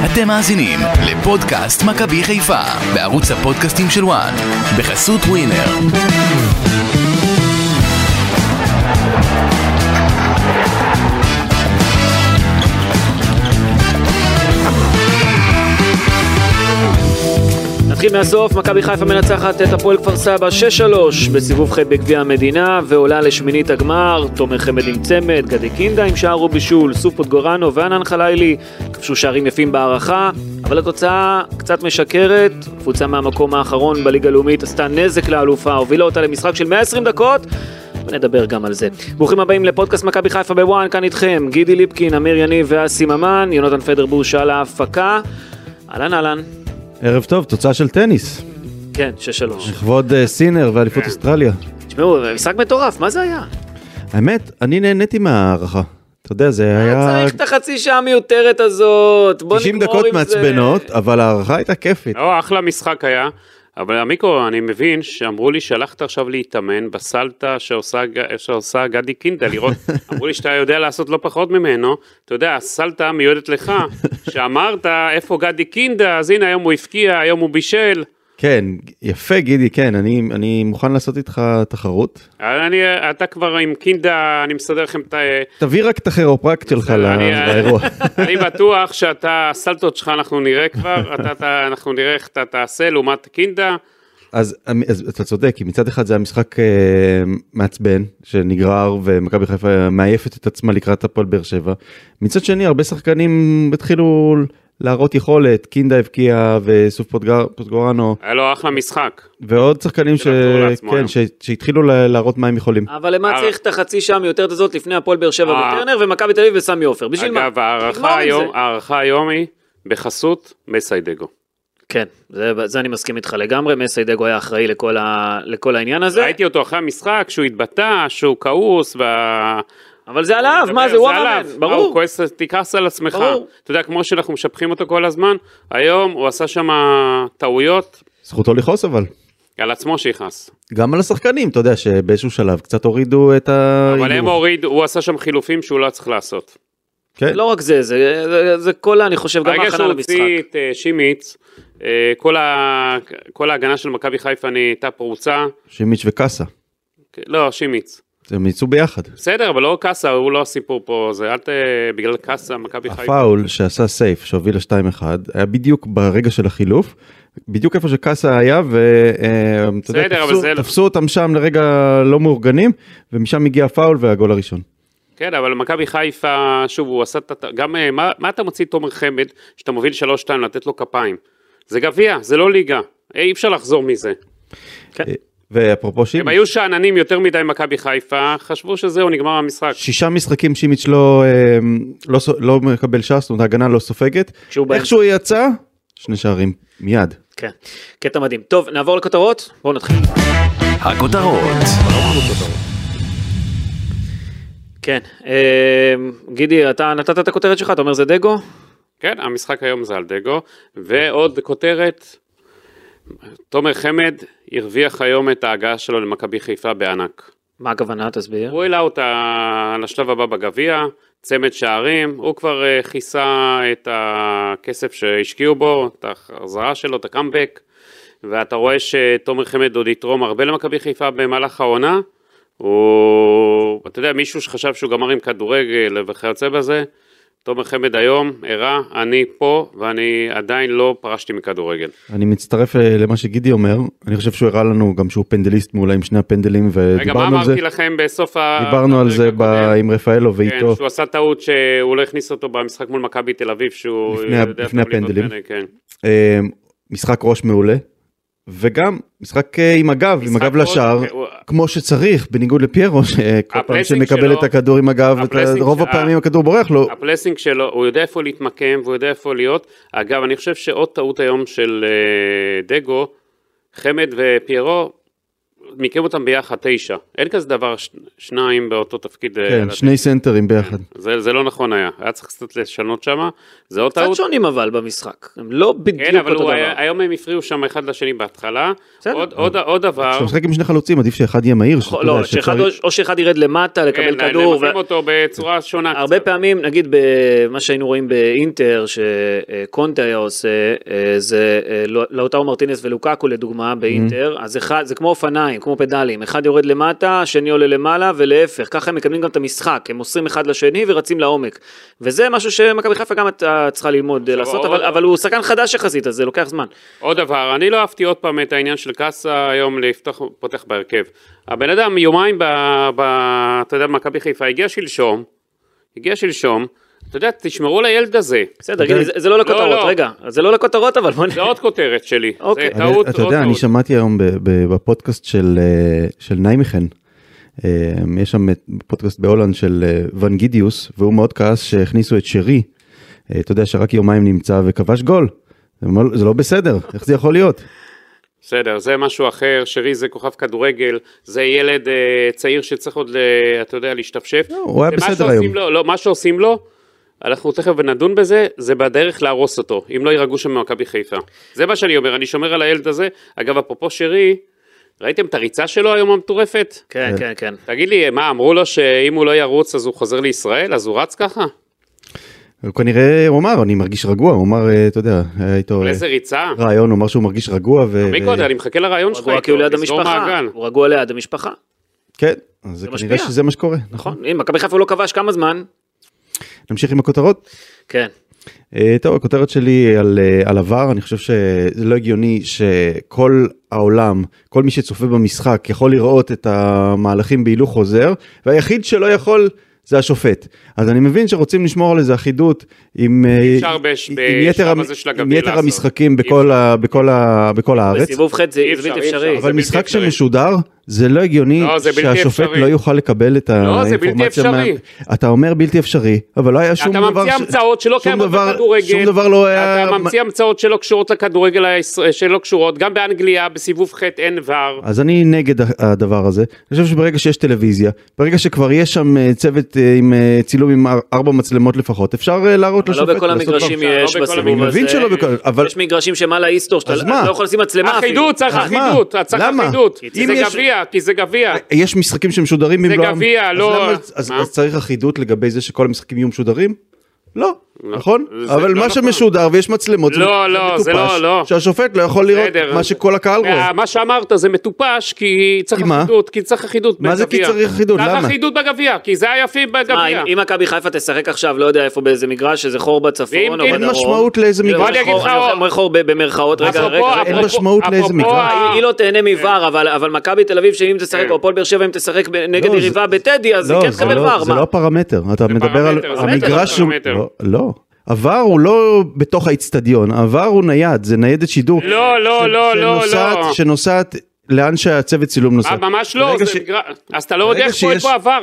אתם מאזינים לפודקאסט מכבי חיפה בערוץ הפודקאסטים של וואן בחסות ווינר. נתחיל מהסוף. מכבי חיפה מנצחת את הפועל כפר סבא 6-3 בסיבוב ח' בגביע המדינה ועולה לשמינית הגמר. תומר חמד עם צמד, גדי קינדה עם שער ובישול, סוף פוטגורנו וענן חלילי כבשו שערים יפים בהערכה, אבל התוצאה קצת משקרת. קבוצה מהמקום האחרון בליגה הלאומית עשתה נזק לאלופה, הובילה אותה למשחק של 120 דקות, ונדבר גם על זה. ברוכים הבאים לפודקאסט מכבי חיפה בוואן, כאן איתכם גידי ליפקין, אמיר יניב ואסי ממן, יונתן פדרבוש על ההפקה. אהלן. ערב טוב, תוצאה של טניס. כן, 6-3. לכבוד סינר ואליפות אוסטרליה. תשמעו, משחק מטורף, מה זה היה? האמת, אני נהניתי מהערכה. אתה יודע, זה היה... צריך את החצי שעה מיותרת הזאת, בוא 90 נגמור דקות עם מעצבנות, זה. אבל הערכה הייתה כיפית. אחלה משחק היה, אבל המיקרו, אני מבין שאמרו לי שהלכת עכשיו להתאמן בסלטה שעושה גדי קינדה, לראות, אמרו לי שאתה יודע לעשות לא פחות ממנו, אתה יודע, הסלטה מיועדת לך, שאמרת איפה גדי קינדה, אז הנה היום הוא הפקיע, היום הוא בישל. כן, יפה גידי, כן, אני מוכן לעשות איתך תחרות. אתה כבר עם קינדה, אני מסדר לכם את... תביא רק את הכירופרקט שלך לאירוע. אני בטוח שאתה, הסלטות שלך אנחנו נראה כבר, אנחנו נראה איך אתה תעשה לעומת קינדה. אז אתה צודק, כי מצד אחד זה המשחק מעצבן, שנגרר ומכבי חיפה מעייפת את עצמה לקראת הפועל באר שבע. מצד שני, הרבה שחקנים התחילו להראות יכולת, קינדה הבקיע וסוף פוטגורנו. היה לו אחלה משחק. ועוד שחקנים שהתחילו להראות מה הם יכולים. אבל למה צריך את החצי שעה מיותרת הזאת לפני הפועל באר שבע בטרנר ומכבי תל אביב וסמי עופר? בשביל מה? אגב, הערכה היום היא בחסות מסיידגו. כן, זה אני מסכים איתך לגמרי, מסיידגו היה אחראי לכל העניין הזה. ראיתי אותו אחרי המשחק, שהוא התבטא, שהוא כעוס, אבל זה עליו, מה זה, הוא המאמן, ברור. תיכנס על עצמך, אתה יודע, כמו שאנחנו משפחים אותו כל הזמן, היום הוא עשה שם טעויות. זכותו לכעוס אבל. על עצמו שיכנס. גם על השחקנים, אתה יודע, שבאיזשהו שלב קצת הורידו את אבל הם הוא עשה שם חילופים שהוא לא צריך לעשות. כן. לא רק זה כל אני חושב גם הכנה למשחק. הרגע שהוא הוציא את שימיץ, כל ההגנה של מכבי חיפה נהייתה פרוצה. שימיץ וקאסה. לא, שימיץ. הם יצאו ביחד. בסדר, אבל לא קאסה, הוא לא הסיפור פה, זה בגלל קאסה, מכבי חיפה. הפאול שעשה סייף, שהוביל ל-2-1, היה בדיוק ברגע של החילוף, בדיוק איפה שקאסה היה, ותפסו אותם שם לרגע לא מאורגנים, ומשם הגיע הפאול והגול הראשון. כן, אבל מכבי חיפה, שוב, הוא עשה גם, מה אתה מוציא תומר חמד, שאתה מוביל 3-2, לתת לו כפיים? זה גביע, זה לא ליגה, אי אפשר לחזור מזה. כן. ואפרופו שימיץ', הם היו שעננים יותר מדי מכבי חיפה, חשבו שזהו, נגמר המשחק. 6 משחקים שימיץ' לא מקבל שער, זאת אומרת, ההגנה לא סופגת. איכשהו יצא, 2 שערים מיד. כן, קטע מדהים. טוב, נעבור לכותרות, בואו נתחיל. הכותרות. כן, גידי, אתה נתת את הכותרת שלך, אתה אומר זה דגו? כן, המשחק היום זה על דגו, ועוד כותרת, תומר חמד הרוויח היום את ההגעה שלו למכבי חיפה בענק. מה הכוונה? תסביר. הוא העלה אותה לשלב הבא בגביע, צמד שערים, הוא כבר כיסה את הכסף שהשקיעו בו, את החזרה שלו, את הקאמבק, ואתה רואה שתומר חמד עוד יתרום הרבה למכבי חיפה במהלך העונה, אתה יודע, מישהו שחשב שהוא גמר עם כדורגל וכיוצא בזה, תומר חמד היום הראה, אני פה ואני עדיין לא פרשתי מכדורגל. אני מצטרף למה שגידי אומר, אני חושב שהוא הראה לנו גם שהוא פנדליסט מעולה עם 2 הפנדלים, רגע, מה אמרתי לכם בסוף דיברנו על זה עם רפאלו ואיתו. כן, שהוא עשה טעות שהוא לא הכניס אותו במשחק מול מכבי תל אביב, שהוא לפני הפנדלים. כן. משחק ראש מעולה. וגם משחק עם הגב, לשער, כמו שצריך, בניגוד לפיירו, שכל פעם שמקבל את הכדור עם הגב, רוב הפעמים הכדור בורח לו. הפלסינג שלו, הוא יודע איפה להתמקם, והוא יודע איפה להיות. אגב, אני חושב שעוד טעות היום של דגו, חמד ופיירו, מכירים אותם ביחד 9. אין כזה דבר שניים באותו תפקיד. כן, שני סנטרים ביחד. זה לא נכון היה צריך קצת לשנות שם. זה עוד קצת טעות. שונים אבל במשחק. הם לא בדיוק כן, אבל אותו דבר. היום הם הפריעו שם אחד לשני בהתחלה. עוד דבר. כשאתה משחק עם שני חלוצים, עדיף שאחד יהיה מהיר. לא, או שאחד ירד למטה לקבל כדור. למקם אותו בצורה שונה. הרבה פעמים, נגיד במה שהיינו רואים באינטר, שקונטה היה עושה, זה לאוטרו מרטינס ולוקאקו לדוגמה באינטר, אז אחד, זה כמו אופניים, כמו פדלים, אחד יורד למטה, השני עולה למעלה ולהפך, ככה הם מקדמים גם את המשחק, הם מוסרים אחד לשני ורצים לעומק, וזה משהו שמכבי חיפה גם צריכה ללמוד לעשות, אבל הוא שחקן חדש יחסית, אז זה לוקח זמן. עוד דבר, אני לא אהבתי עוד פעם את העניין של קאסה היום פותח בהרכב. הבן אדם יומיים אתה יודע, מכבי חיפה הגיע שלשום, אתה יודע, תשמרו לילד הזה. בסדר, זה לא לכותרות, רגע, זה לא לכותרות, אבל בוא זה עוד כותרת שלי. אוקיי. זה טעות. אתה יודע, אני שמעתי היום בפודקאסט של ניימיכן, יש שם פודקאסט בהולנד של ון גידיוס, והוא מאוד כעס שהכניסו את שרי, אתה יודע שרק יומיים נמצא וכבש גול, זה לא בסדר, איך זה יכול להיות? בסדר, זה משהו אחר, שרי זה כוכב כדורגל, זה ילד צעיר שצריך עוד, אתה יודע, להשתפשף. הוא היה בסדר היום. לא, מה שעושים לו, אנחנו תכף ונדון בזה, זה בדרך להרוס אותו, אם לא יירגעו שם ממכבי חיפה. זה מה שאני אומר, אני שומר על הילד הזה. אגב, אפרופו שרי, ראיתם את הריצה שלו היום המטורפת? כן, כן, כן. תגיד לי, מה, אמרו לו שאם הוא לא ירוץ אז הוא חוזר לישראל, אז הוא רץ ככה? הוא כנראה, הוא אמר, אני מרגיש רגוע, הוא אמר, אתה יודע, היה איתו איזה ריצה? רעיון, הוא אמר שהוא מרגיש רגוע. אני מחכה לרעיון שלך. רגוע כי הוא ליד המשפחה. הוא רגוע ליד המשפחה. כן, אז כנראה שזה מה שקורה. נכון, אם מכבי חיפה לא כבש כמה זמן. נמשיך עם הכותרות? כן. טוב, הכותרת שלי על עבר, אני חושב שזה לא הגיוני שכל העולם, כל מי שצופה במשחק יכול לראות את המהלכים בהילוך חוזר, והיחיד שלא יכול זה השופט. אז אני מבין שרוצים לשמור על איזה אחידות עם יתר המשחקים בכל הארץ. בסיבוב ח' זה בלתי אפשרי. אבל משחק שמשודר, זה לא הגיוני שהשופט לא יוכל לקבל את האינפורמציה. לא, זה בלתי אפשרי. אתה אומר בלתי אפשרי, אבל לא היה שום דבר. אתה ממציא המצאות שלא קיימות בכדורגל. שום דבר לא היה. אתה ממציא המצאות שלא קשורות לכדורגל, שלא קשורות. גם באנגליה, בסיבוב ח' אין ור. אז אני נגד הדבר הזה. אני חושב שברגע שיש טלוויזיה, ברגע שכבר יש שם צוות עם צילום עם 4 מצלמות לפחות, אפשר להראות לשופט. לא בכל המגרשים יש בסיבוב הזה. יש מגרשים שמה להיסטור, שאתה לא יכול לשים מצלמה. אחידות, צריך אחידות. כי זה גביע. יש משחקים שמשודרים במלואם. זה גביע, לא. אז צריך אחידות לגבי זה שכל המשחקים יהיו משודרים? לא, נכון? אבל מה שמשודר ויש מצלמות, זה מטופש, שהשופט לא יכול לראות מה שכל הקהל רואה. מה שאמרת זה מטופש, כי צריך אחידות. מה זה כי צריך אחידות? למה? צריך אחידות בגביע, כי זה היה יפה בגביע. אם מכבי חיפה תשחק עכשיו, לא יודע איפה באיזה מגרש, שזה חור בצפון או בדרום. אין משמעות לאיזה מגרש. חור במרכאות, רגע. אין משמעות לאיזה מגרש. היא לא תהנה מבר, אבל מכבי תל אביב, שאם תשחק, או פועל באר שבע, אם תשחק נגד יריבה בטדי, אז היא כן תקבל בר. זה לא פרמטר, אתה מדבר על המגרש. לא. עבר הוא לא בתוך האצטדיון, עבר הוא נייד, זה ניידת שידור. לא. שנוסעת לאן שהצוות צילום נוסע. ממש לא, אז אתה לא יודע איך פועל פה עבר,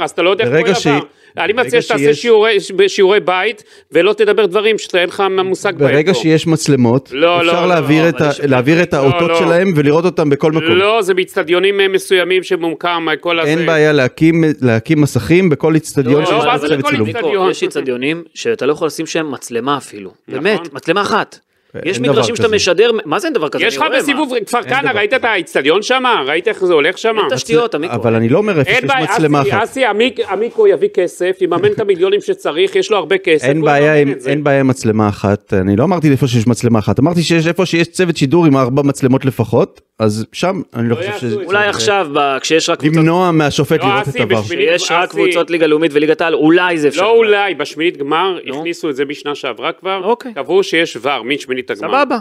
אני מציע שתעשה שיעורי בית, ולא תדבר דברים שאין לך מושג בהם. ברגע שיש מצלמות, אפשר להעביר את האותות שלהם, ולראות אותם בכל מקום. לא, זה באצטדיונים מסוימים שמומקם, כל הזה. אין בעיה להקים מסכים בכל אצטדיון. יש אצטדיונים שאתה לא יכול לשים שם מצלמה אפילו. באמת, מצלמה אחת. יש מגרשים שאתה משדר, מה זה אין דבר כזה? יש לך בסיבוב כפר כנא, ראית את האצטדיון שם? ראית איך זה הולך שם? אין תשתיות, עמיקו. אבל אני לא אומר איפה שיש מצלמה אחת. אסי, עמיקו יביא כסף, יממן את המיליונים שצריך, יש לו הרבה כסף. אין בעיה עם מצלמה אחת, אני לא אמרתי איפה שיש מצלמה אחת, אמרתי שיש איפה שיש צוות שידור עם 4 מצלמות לפחות, אז שם אני לא חושב שזה... אולי עכשיו, כשיש רק קבוצות... למנוע מהשופט לראות את העבר. כשיש רק קבוצות ליגה לאומית וליגת העל, אולי זה אפשר. לא אולי, בשמינית גמר הכניסו את זה בשנה שעברה כבר, קבעו שיש ור, משמינית הגמר. סבבה.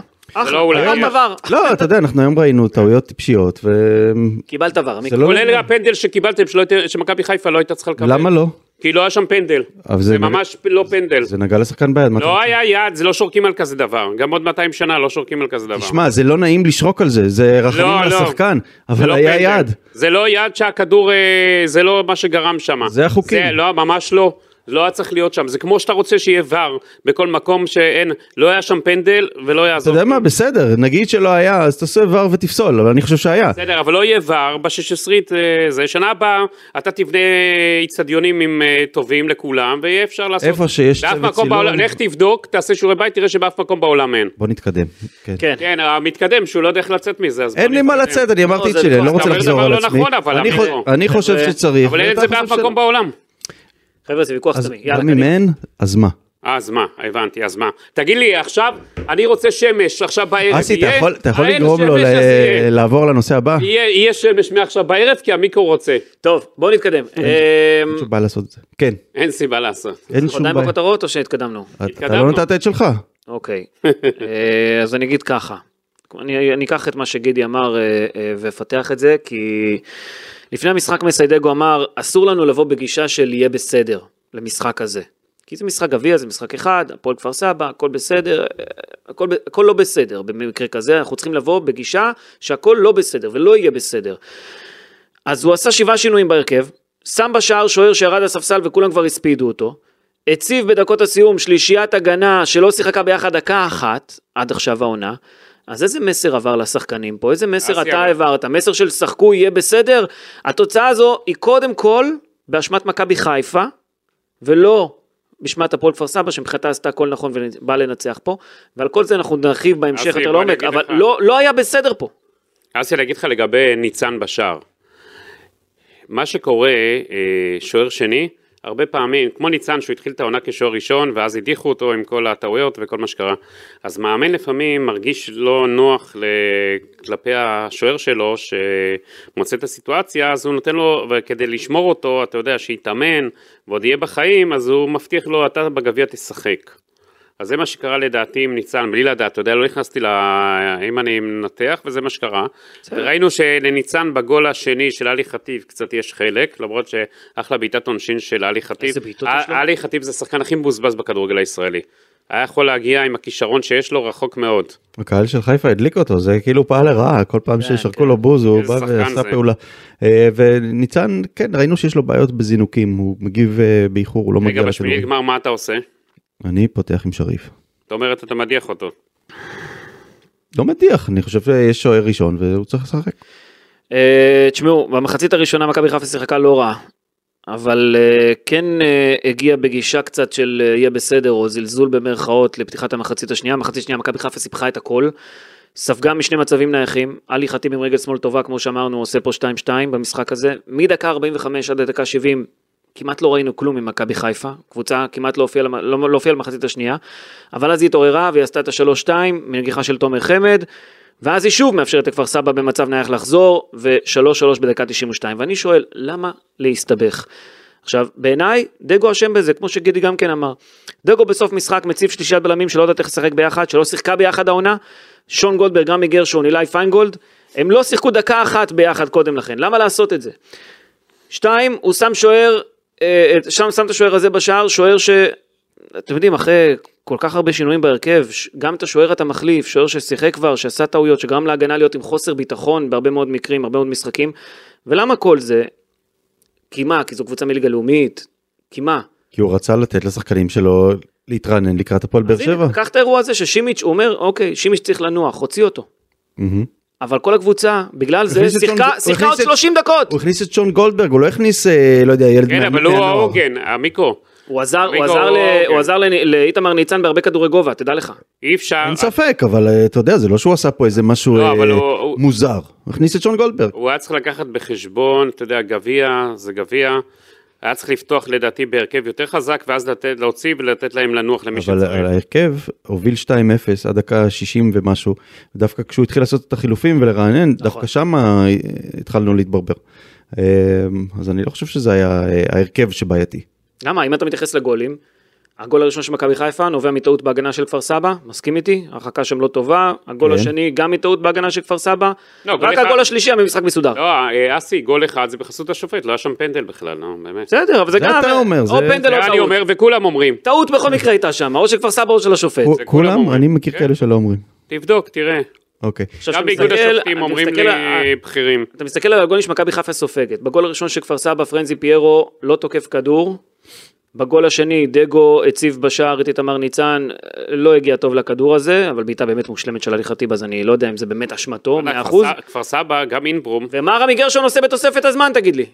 לא, אתה יודע, אנחנו היום ראינו טעויות טיפשיות קיבלת ור. כולל הפנדל שקיבלתם, שמכבי חיפה לא הייתה צריכה לקבל. למה לא? כי לא היה שם פנדל, זה ממש לא פנדל. זה נגע לשחקן ביד. לא היה יד, זה לא שורקים על כזה דבר, גם עוד 200 שנה לא שורקים על כזה דבר. תשמע, זה לא נעים לשרוק על זה, זה רחמים לשחקן, אבל היה יד. זה לא יד שהכדור, זה לא מה שגרם שם. זה החוקים. לא, ממש לא. לא היה צריך להיות שם, זה כמו שאתה רוצה שיהיה ור בכל מקום שאין, לא היה שם פנדל ולא היה... אתה יודע מה, בסדר, נגיד שלא היה, אז תעשה ור ותפסול, אבל אני חושב שהיה. בסדר, אבל לא יהיה ור, ב-16 זה שנה הבאה, אתה תבנה אצטדיונים עם טובים לכולם, ויהיה אפשר לעשות... איפה שיש צוות צילום... לך תבדוק, תעשה שיעורי בית, תראה שבאף מקום בעולם אין. בוא נתקדם. כן, המתקדם, שהוא לא יודע איך לצאת מזה. אין לי מה לצאת, אני אמרתי את שלי, אני לא רוצה לחזור על עצמי. אני חושב שצריך. אבל אין את זה באף מקום בעולם. חבר'ה, זה ויכוח סתמי. גם אם אין, אז מה? אז מה, הבנתי, אז מה? תגיד לי, עכשיו, אני רוצה שמש, עכשיו בערב יהיה... אסי, אתה יכול לגרום לו לעבור לנושא הבא? יהיה שמש מעכשיו בערב, כי המיקרו רוצה. טוב, בואו נתקדם. אין שום בעיה לעשות את זה. כן. אין סיבה לעשות. אין שום בעיה. עדיין בכותרות או שהתקדמנו? אתה לא נתת את שלך. אוקיי. אז אני אגיד ככה. אני אקח את מה שגידי אמר ופתח את זה, כי לפני המשחק מסיידגו אמר, אסור לנו לבוא בגישה של יהיה בסדר למשחק הזה. כי זה משחק גביע, זה משחק אחד, הפועל כפר סבא, הכל בסדר, הכל לא בסדר. במקרה כזה אנחנו צריכים לבוא בגישה שהכל לא בסדר ולא יהיה בסדר. אז הוא עשה 7 שינויים בהרכב, שם בשער שוער שירד לספסל וכולם כבר הספידו אותו, הציב בדקות הסיום שלישיית הגנה שלא שיחקה ביחד דקה אחת, עד עכשיו העונה. אז איזה מסר עבר לשחקנים פה? איזה מסר אתה העברת? מסר של שחקו יהיה בסדר? התוצאה הזו היא קודם כל באשמת מכבי חיפה, ולא בשמת הפועל כפר סבא, שמבחינתה עשתה הכל נכון ובא לנצח פה, ועל כל זה אנחנו נרחיב בהמשך יותר לעומק, אבל לא היה בסדר פה. אז אני אגיד לך לגבי ניצן בשער. מה שקורה, שוער שני, הרבה פעמים, כמו ניצן שהוא התחיל את העונה כשוער ראשון, ואז הדיחו אותו עם כל הטעויות וכל מה שקרה. אז מאמן לפעמים מרגיש לא נוח כלפי השוער שלו, שמוצא את הסיטואציה, אז הוא נותן לו, וכדי לשמור אותו, אתה יודע, שיתאמן, ועוד יהיה בחיים, אז הוא מבטיח לו, אתה בגביע תשחק. אז זה מה שקרה לדעתי עם ניצן, בלי לדעת, אתה יודע, לא נכנסתי אם אני מנתח, וזה מה שקרה. וראינו שלניצן בגול השני של אלי חטיב קצת יש חלק, למרות שאחלה בעיטת עונשין של אלי חטיב. אלי חטיב זה השחקן הכי מבוזבז בכדורגל הישראלי. היה יכול להגיע עם הכישרון שיש לו רחוק מאוד. הקהל של חיפה הדליק אותו, זה כאילו פעל לרעה, כל פעם ששרקו לו בוז, הוא בא ועשה פעולה. וניצן, כן, ראינו שיש לו בעיות בזינוקים, הוא מגיב באיחור, הוא לא מגיע לשלום. רגע, בשביל מה אתה עושה? אני פותח עם שריף. זאת אומרת, אתה מדיח אותו. לא מדיח, אני חושב שיש שוער ראשון והוא צריך לשחק. תשמעו, במחצית הראשונה מכבי חיפה שיחקה לא רע, אבל כן הגיע בגישה קצת של יהיה בסדר, או זלזול במרכאות לפתיחת המחצית השנייה. המחצית השנייה מכבי חיפה סיפחה את הכל, ספגה משני מצבים נייחים, אלי חטיב עם רגל שמאל טובה, כמו שאמרנו, עושה פה 2-2 במשחק הזה, מדקה 45 עד דקה 70, כמעט לא ראינו כלום ממכבי חיפה, קבוצה כמעט לא הופיעה למחצית השנייה, אבל אז היא התעוררה והיא עשתה את ה-3-2 מנגיחה של תומר חמד, ואז היא שוב מאפשרת לכפר סבא במצב נייח לחזור, ו-3-3 בדקה 92, ואני שואל, למה להסתבך? עכשיו, בעיניי, דגו אשם בזה, כמו שגידי גם כן אמר, דגו בסוף משחק מציב שלישיית בלמים שלא יודעת איך לשחק ביחד, שלא שיחקה ביחד העונה, שון גולדברג, רמי גרשון, אילי פיינגולד, הם לא שיחקו דקה אחת ביחד קודם לכן, למה לעשות את זה? 2, הוא שם שוער, שם את השוער הזה בשער, שוער אתם יודעים, אחרי כל כך הרבה שינויים בהרכב, גם את השוער אתה מחליף, שוער ששיחק כבר, שעשה טעויות, שגרם להגנה להיות עם חוסר ביטחון, בהרבה מאוד מקרים, הרבה מאוד משחקים, ולמה כל זה? כי מה? כי זו קבוצה מליגה לאומית, כי מה? כי הוא רצה לתת לשחקנים שלו להתרענן לקראת הפועל באר שבע. אז קח את האירוע הזה ששימיץ' הוא אומר, אוקיי, שימיץ' צריך לנוח, הוציא אותו. אבל כל הקבוצה, בגלל זה, שיחקה עוד 30 דקות. הוא הכניס את שון גולדברג, הוא לא הכניס, לא יודע, ילד כן, אבל הוא העוגן, המיקרו. הוא עזר לאיתמר ניצן בהרבה כדורי גובה, תדע לך. אי אפשר. אין ספק, אבל אתה יודע, זה לא שהוא עשה פה איזה משהו מוזר. הוא הכניס את שון גולדברג. הוא היה צריך לקחת בחשבון, אתה יודע, גביע, זה גביע. היה צריך לפתוח לדעתי בהרכב יותר חזק, ואז להוציא ולתת להם לנוח למי שצריך. אבל ההרכב הוביל 2-0 עד דקה 60 ומשהו, ודווקא כשהוא התחיל לעשות את החילופים ולרענן, דווקא שם התחלנו להתברבר. אז אני לא חושב שזה היה ההרכב שבעייתי. למה? אם אתה מתייחס לגולים, הגול הראשון של מכבי חיפה נובע מטעות בהגנה של כפר סבא, מסכים איתי? הרחקה שם לא טובה, הגול השני גם מטעות בהגנה של כפר סבא, רק הגול השלישי היה ממשחק מסודר. לא, אסי, גול אחד זה בחסות השופט, לא היה שם פנדל בכלל, לא, באמת. בסדר, אבל זה גם, או פנדל או טעות. אני אומר, וכולם אומרים. טעות בכל מקרה הייתה שם, או של כפר סבא או של השופט. כולם? אני מכיר כאלה שלא אומרים. תבדוק, תראה. אוקיי. גם באיגוד השופטים אומרים לי בכירים. אתה מסתכל על הגול שמכבי חיפה סופגת. בגול הראשון של כפר סבא, פרנזי פיירו לא תוקף כדור, בגול השני, דגו הציב בשער את איתמר ניצן, לא הגיע טוב לכדור הזה, אבל בעיטה באמת מושלמת של אלי חטיב, אז אני לא יודע אם זה באמת אשמתו, 100%. כפר סבא, גם אינברום. ומה רמי גרשון עושה בתוספת הזמן, תגיד לי?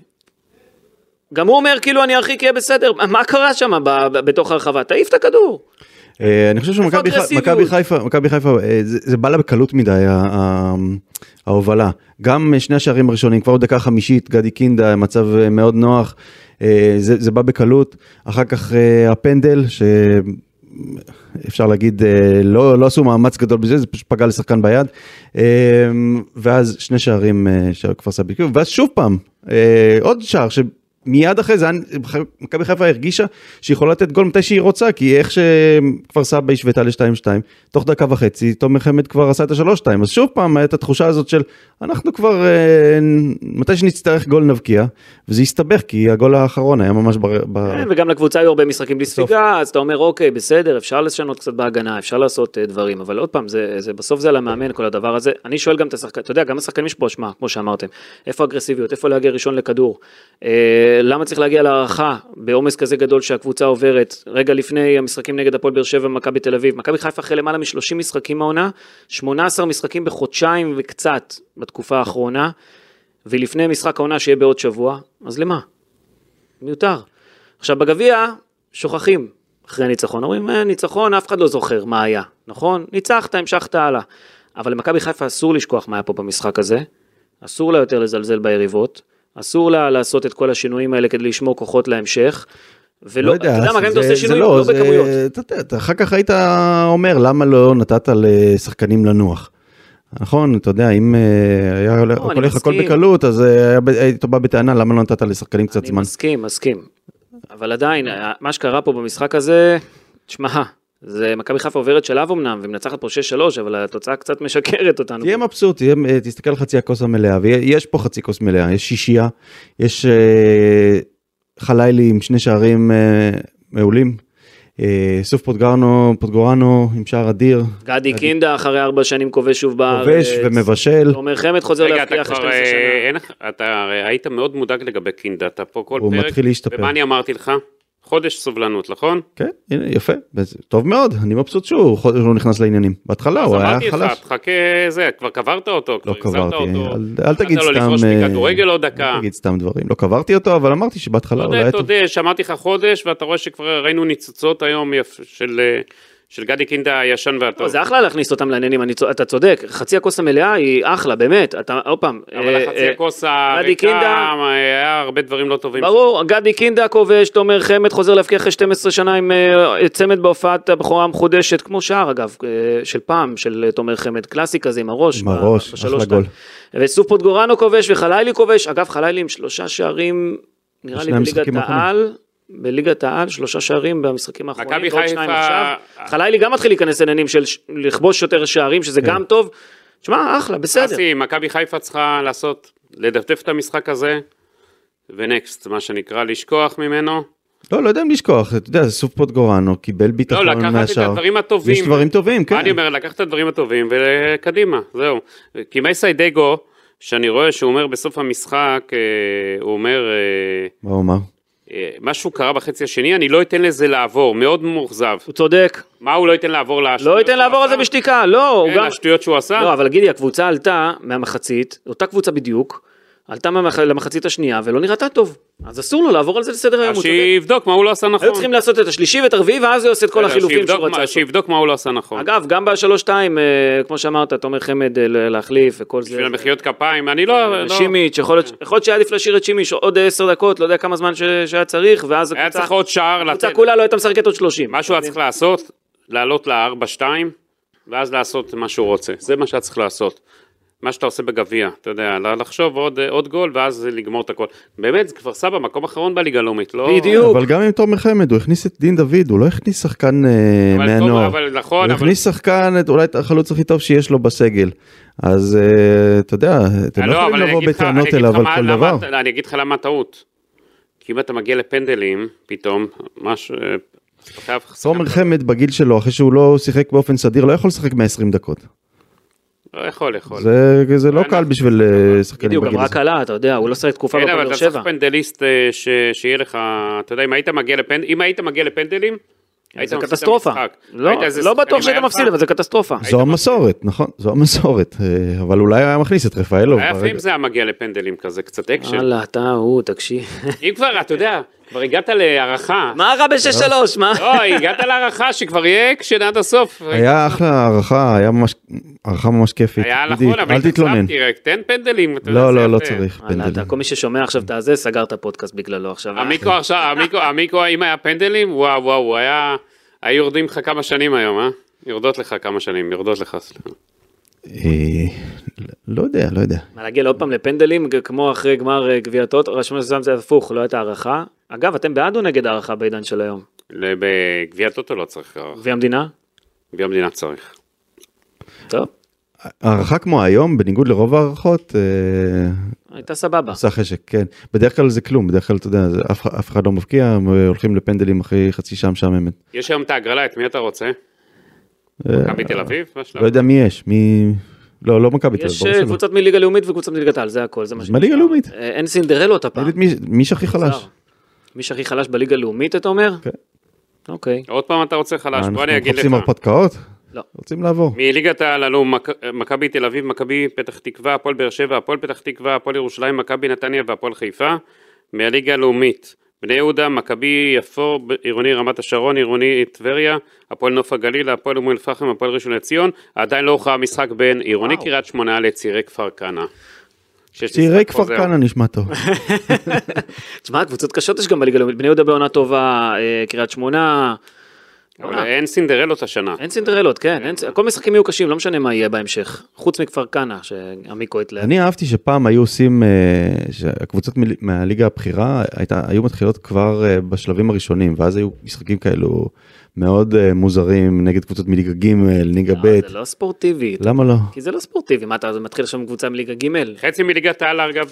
גם הוא אומר, כאילו אני ארחיק יהיה בסדר, מה קרה שם בתוך הרחבה? תעיף את הכדור. אני חושב שמכבי חיפה, זה בא לה בקלות מדי, ההובלה. גם שני השערים הראשונים, כבר דקה חמישית, גדי קינדה, מצב מאוד נוח, זה בא בקלות. אחר כך הפנדל, שאפשר להגיד, לא עשו מאמץ גדול בזה, זה פשוט פגע לשחקן ביד. ואז שני שערים שכפר סבא, ואז שוב פעם, עוד שער מיד אחרי זה, מכבי חיפה הרגישה שיכולה לתת גול מתי שהיא רוצה, כי איך שכפר סבא השוותה ל-2-2, תוך דקה וחצי, תומר חמד כבר עשה את ה-3-2, אז שוב פעם הייתה התחושה הזאת של, אנחנו כבר, מתי שנצטרך גול נבקיע, וזה הסתבך, כי הגול האחרון היה ממש וגם לקבוצה היו הרבה משחקים בלי ספיגה, אז אתה אומר, אוקיי, בסדר, אפשר לשנות קצת בהגנה, אפשר לעשות דברים, אבל עוד פעם, בסוף זה על המאמן, כל הדבר הזה. אני שואל גם את השחקן, אתה יודע, גם השחקנים יש פה אשמה, כמו שאמרתם, איפה אגרסיביות, איפה להגיע ראשון לכדור, למה צריך להגיע להערכה בעומס כזה גדול שהקבוצה עוברת, רגע לפני המשחקים נגד הפועל באר שבע ומכבי תל אביב, מכבי חיפה אחרי למעלה מ-30 משחקים העונה, 18 משחקים בחודשיים וקצת בתקופה האחרונה, ולפני משחק העונה שיהיה בעוד שבוע, אז למה? מיותר. עכשיו בגביע שוכחים אחרי ניצחון, אומרים ניצחון, אף אחד לא זוכר מה היה, נכון? ניצחת, המשכת הלאה, אבל למכבי חיפה אסור לשכוח מה היה פה במשחק הזה, אסור לה יותר לזלזל ביריבות, אסור לה לעשות את כל השינויים האלה כדי לשמור כוחות להמשך, ולא, אתה יודע מה, גם אם אתה עושה שינויים, לא בכמויות. אחר כך היית אומר, למה לא נתת לשחקנים לנוח? נכון, אתה יודע, אם היה הולך הכל בקלות, אז היית בא בטענה, למה לא נתת לשחקנים קצת זמן? אני מסכים. אבל עדיין, מה שקרה פה במשחק הזה, תשמע, זה מכבי חיפה עוברת שלב אמנם, ומנצחת פה 6-3, אבל התוצאה קצת משקרת אותנו. תהיה מבסוט, תסתכל על חצי הכוס המלאה, ויש פה חצי כוס מלאה, יש שישייה, יש חלילי עם שני שערים מעולים, סוף פוטגורנו עם שער אדיר. גדי קינדה אחרי 4 שנים כובש שוב בארץ. כובש ומבשל. תומר חמד חוזר להפקיע אחרי 12 שנה. אתה היית מאוד מודאג לגבי קינדה, אתה פה כל פרק. הוא מתחיל להשתפר. ומה אני אמרתי לך? חודש סובלנות, נכון? כן, הנה, יפה, טוב מאוד, אני מבסוט שהוא נכנס לעניינים. בהתחלה הוא היה חלש. אז אמרתי לך, תחכה זה, כבר קברת אותו, לא קברתי, אל תגיד סתם דברים, לא קברתי אותו, אבל אמרתי שבהתחלה הוא היה טוב. תודה, שמעתי לך חודש, ואתה רואה שכבר ראינו ניצוצות היום של גדי קינדה הישן והטוב. זה אחלה להכניס אותם לעניינים, אתה צודק, חצי הכוס המלאה היא אחלה, באמת, עוד פעם. אבל החצי הכוס הריקה, היה הרבה דברים לא טובים. ברור, גדי קינדה כובש, תומר חמד חוזר להפקיע אחרי 12 שנה עם צמד בהופעת הבכורה המחודשת, כמו שער אגב, של פעם, של תומר חמד, קלאסי כזה עם הראש. עם הראש, אחלה גול. וסוף פוטגורנו כובש וחלילי כובש, אגב חלילי עם 3 שערים, נראה לי בליגת העל, 3 שערים במשחקים האחרונים, ועוד 2 עכשיו. חלילי גם מתחיל להיכנס עניינים של לכבוש יותר שערים, שזה גם טוב. תשמע, אחלה, בסדר. אסי, מכבי חיפה צריכה לעשות, לדפדף את המשחק הזה, ונקסט, מה שנקרא, לשכוח ממנו. לא יודע אם לשכוח, אתה יודע, סוף פוטגורנו, קיבל ביטחון מהשאר. לא, לקחת את הדברים הטובים. יש דברים טובים, כן. אני אומר, לקחת את הדברים הטובים, וקדימה, זהו. כי מייסי דגו, שאני רואה שהוא אומר בסוף המשחק, הוא אומר... מה הוא אומר? משהו קרה בחצי השני, אני לא אתן לזה לעבור, מאוד מאוכזב. הוא צודק. מה הוא לא ייתן לעבור לא ייתן לעבור על זה בשתיקה, לא. כן, השטויות שהוא עשה. לא, אבל גידי, הקבוצה עלתה מהמחצית, אותה קבוצה בדיוק, עלתה למחצית השנייה, ולא נראתה טוב. אז אסור לו לעבור על זה לסדר היום. אז שיבדוק מה הוא לא עשה נכון. היו צריכים לעשות את השלישי ואת הרביעי, ואז הוא עושה את כל החילופים שהוא רצה. שיבדוק מה הוא לא עשה נכון. אגב, גם ב-3-2, כמו שאמרת, תומר חמד להחליף וכל זה. בשביל המחיאות כפיים, אני לא... שימיץ', יכול להיות שהיה להשאיר את שימיץ' עוד 10 דקות, לא יודע כמה זמן שהיה צריך, ואז היה צריך עוד שער. הקבוצה כולה לא הייתה משחקת עוד 30. מה שהוא צריך לעשות, לעלות ל-4-2, ואז לעשות מה שהוא רוצה. זה מה שצריך לעשות. מה שאתה עושה בגביע, אתה יודע, לחשוב עוד גול, ואז לגמור את הכל. באמת, זה כבר סבא, מקום אחרון בליגה לאומית, לא... בדיוק. אבל גם עם תומר חמד, הוא הכניס את דין דוד, הוא לא הכניס שחקן מהנוער. נכון, הוא הכניס שחקן, אולי את החלוץ הכי טוב שיש לו בסגל. אז אתה יודע, אתם לא יכולים לבוא בטענות אליו על כל דבר. אני אגיד לך למה טעות. כי אם אתה מגיע לפנדלים, פתאום, משהו... תומר חמד בגיל שלו, אחרי שהוא לא שיחק באופן סדיר, לא יכול לשחק 120 דקות. לא יכול. זה לא קל בשביל שחקנים בדיוק, גם בגיל רק הזה. עלה, אתה יודע, הוא לא שחק תקופה כן, בפועל אבל באר אתה שבע. צריך פנדליסט שיהיה לך, אתה יודע, אם היית מגיע לפנדלים, זה קטסטרופה. לא בטוח שהיית מפסיד, אבל זה קטסטרופה. זו המסורת, נכון, זו המסורת, אבל אולי היה מכניס את רפאלוב. היה יפה אם זה היה מגיע לפנדלים כזה, קצת אקשן. הלאה, תקשיב. אם כבר, אתה יודע, כבר הגעת להערכה. מה רע ב-6-3, מה? לא, הגעת להערכה שכבר יהיה אקשן עד הסוף. היה אחלה הערכה, היה הערכה ממש כיפית. היה נכון, אבל אל תתלונן. תן פנדלים. לא צריך פנדלים. כל מי ששומע עכשיו את זה, סגר את הפודקאסט בגללו עכשיו. המיקו, אם היה פנדלים, וואו, היו יורדים לך כמה שנים היום, יורדות לך כמה שנים, סליחה. לא יודע. מה, להגיע עוד פעם לפנדלים, כמו אחרי גמר גביע הטוטו, רשום שזה הפוך, לא הייתה הערכה. אגב, אתם בעד או נגד הערכה בעידן של היום? בגביע הטוטו לא צריך הערכה. גביע המדינה? גביע המדינה צריך. טוב. הערכה כמו היום, בניגוד לרוב הערכות, הייתה סבבה. עושה חשק, כן. בדרך כלל זה כלום, בדרך כלל, אתה יודע, אף אחד לא מבקיע, הם הולכים לפנדלים אחרי חצי שעה משעממת. יש היום את ההגרלה, את מי אתה רוצה? מכבי תל אביב? לא יודע מי יש, לא מכבי תל אביב. יש קבוצות מליגה לאומית וקבוצות מליגת העל, זה הכל. מליגה לאומית. אין סינדרלות הפעם. מי שהכי חלש? מי שהכי חלש בליגה לאומית, אתה אומר? כן. אוקיי. עוד פעם אתה רוצה חלש, בוא אני אגיד לך. אנחנו מחפשים הרפתקאות? לא. רוצים לעבור. מליגת העל עלו מכבי תל אביב, מכבי פתח תקווה, הפועל באר שבע, הפועל פתח תקווה, הפועל ירושלים, מכבי נתניה והפועל חיפה. מהליגה הלאומית, בני יהודה, מכבי יפו, עירוני רמת השרון, עירוני טבריה, הפועל נוף הגליל, הפועל אום אל-פחם, הפועל ראשון לציון. עדיין לא הוכרע משחק בין עירוני קריית שמונה לצירי כפר כנא. צירי כפר כנא נשמע טוב. תשמע, קבוצות קשות יש גם בליגה הלאומית, בני יהודה בעונה טובה, קריית שמונה. אבל אין סינדרלות השנה. אין סינדרלות, כן. כל משחקים יהיו קשים, לא משנה מה יהיה בהמשך. חוץ מכפר כנא, שעמיקו התלהב. אני אהבתי שפעם היו עושים, שהקבוצות מהליגה הבכירה, היו מתחילות כבר בשלבים הראשונים, ואז היו משחקים כאלו מאוד מוזרים, נגד קבוצות מליגה ג', ליגה ב'. זה לא ספורטיבי. למה לא? כי זה לא ספורטיבי. מה, אתה מתחיל עכשיו עם קבוצה מליגה ג'? חצי מליגת העל, אגב,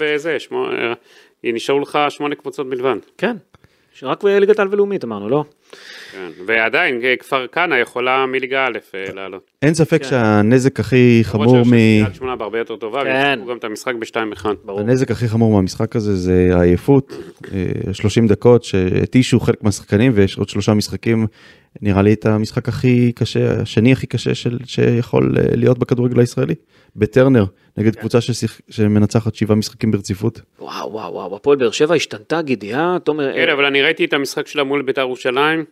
נשארו לך 8 קבוצות בלבד. כן. רק בליגת העל ולאומית אמרנו, לא? כן, ועדיין כפר כנא יכולה מליגה א' לעלות. אין ספק שהנזק הכי חמור קריית שמונה בהרבה יותר טובה, וישחקו גם את המשחק ב-2-1. הנזק הכי חמור מהמשחק הזה זה העייפות, 30 דקות שהתישו חלק מהשחקנים, ויש עוד 3 משחקים, נראה לי את המשחק הכי קשה, השני הכי קשה שיכול להיות בכדורגל הישראלי, בטרנר, נגד קבוצה שמנצחת 7 משחקים ברציפות. וואו, הפועל באר שבע השתנתה גידיה, תומר... כן, אבל אני ראיתי את המשחק שלה מול בית"ר ירושלים,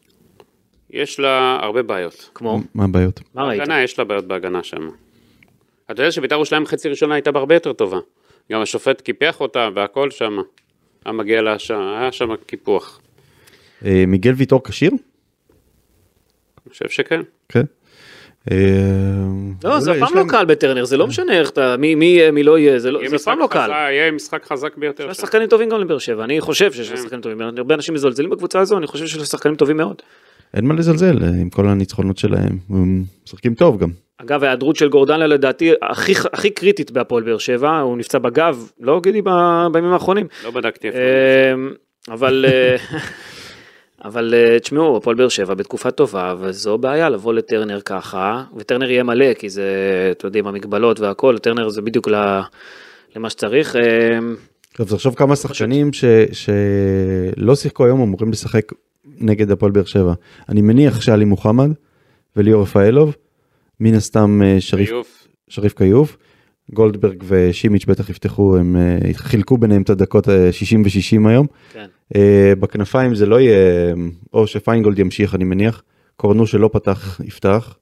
יש לה הרבה בעיות. כמו? מה הבעיות? מה ראית? בהגנה, יש לה בעיות בהגנה שם. אתה יודע שבית"ר ירושלים חצי ראשונה הייתה בהרבה יותר טובה. גם השופט קיפח אותה והכל שם. המגיע לה שם, היה שם קיפוח. מיגל ויטור כשיר? אני חושב שכן. כן. לא, זה אף פעם לא קל בטרנר, זה לא משנה איך אתה, מי לא יהיה, זה אף פעם לא קל. יהיה משחק חזק ביותר. יש שחקנים טובים גם לבאר שבע, אני חושב שיש שחקנים טובים, הרבה אנשים מזלזלים בקבוצה הזו, אני חושב שיש שחקנים טובים מאוד. אין מה לזלזל עם כל הניצחונות שלהם, הם משחקים טוב גם. אגב, ההיעדרות של גורדנה לדעתי הכי קריטית בהפועל באר שבע, הוא נפצע בגב, לא גידי בימים האחרונים. לא בדקתי איפה. אבל תשמעו, הפועל באר שבע בתקופה טובה, וזו בעיה לבוא לטרנר ככה, וטרנר יהיה מלא, כי זה, אתה יודע, עם המגבלות והכל, טרנר זה בדיוק למה שצריך. טוב, תחשוב כמה שחקנים שלא שיחקו היום אמורים לשחק נגד הפועל באר שבע. אני מניח שאלי מוחמד וליאור רפאלוב, מן הסתם שריף קיוף, גולדברג ושימיץ' בטח יפתחו, הם חילקו ביניהם את הדקות 60 ו-60 היום. כן. בכנפיים זה לא יהיה, או שפיינגולד ימשיך אני מניח, קורנו שלא פתח יפתח.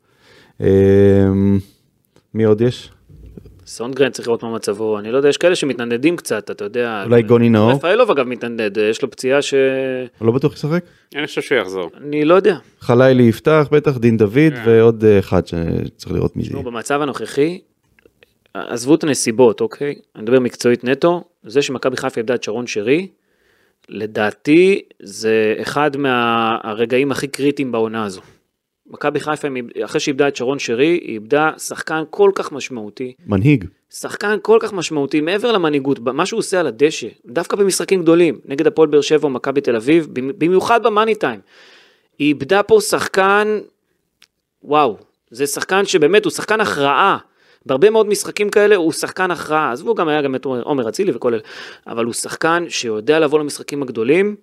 מי עוד יש? סונגרן צריך לראות מה מצבו, אני לא יודע, יש כאלה שמתנדדים קצת, אתה יודע. אולי גוני נאור? רפאלוב אגב מתנדד, יש לו פציעה לא בטוח ישחק? אני חושב שהוא יחזור. אני לא יודע. חלילי יפתח, בטח דין דוד, ועוד אחד שצריך לראות מי זה. במצב הנוכחי, עזבו את הנסיבות, אוקיי? אני מדבר מקצועית נטו, זה שמכבי חיפה איבדה את שרון שרי, לדעתי זה אחד מהרגעים הכי קריטיים בעונה הזו. מכבי חיפה, אחרי שאיבדה את שרון שרי, היא איבדה שחקן כל כך משמעותי. מנהיג. שחקן כל כך משמעותי, מעבר למנהיגות, מה שהוא עושה על הדשא, דווקא במשחקים גדולים, נגד הפועל באר שבע או מכבי תל אביב, במיוחד במאני טיים. היא איבדה פה שחקן, וואו, זה שחקן שבאמת הוא שחקן הכרעה, בהרבה מאוד משחקים כאלה הוא שחקן הכרעה, אז הוא גם היה גם את עומר אצילי וכל אלה, אבל הוא שחקן שיודע לבוא למשחקים הגדולים,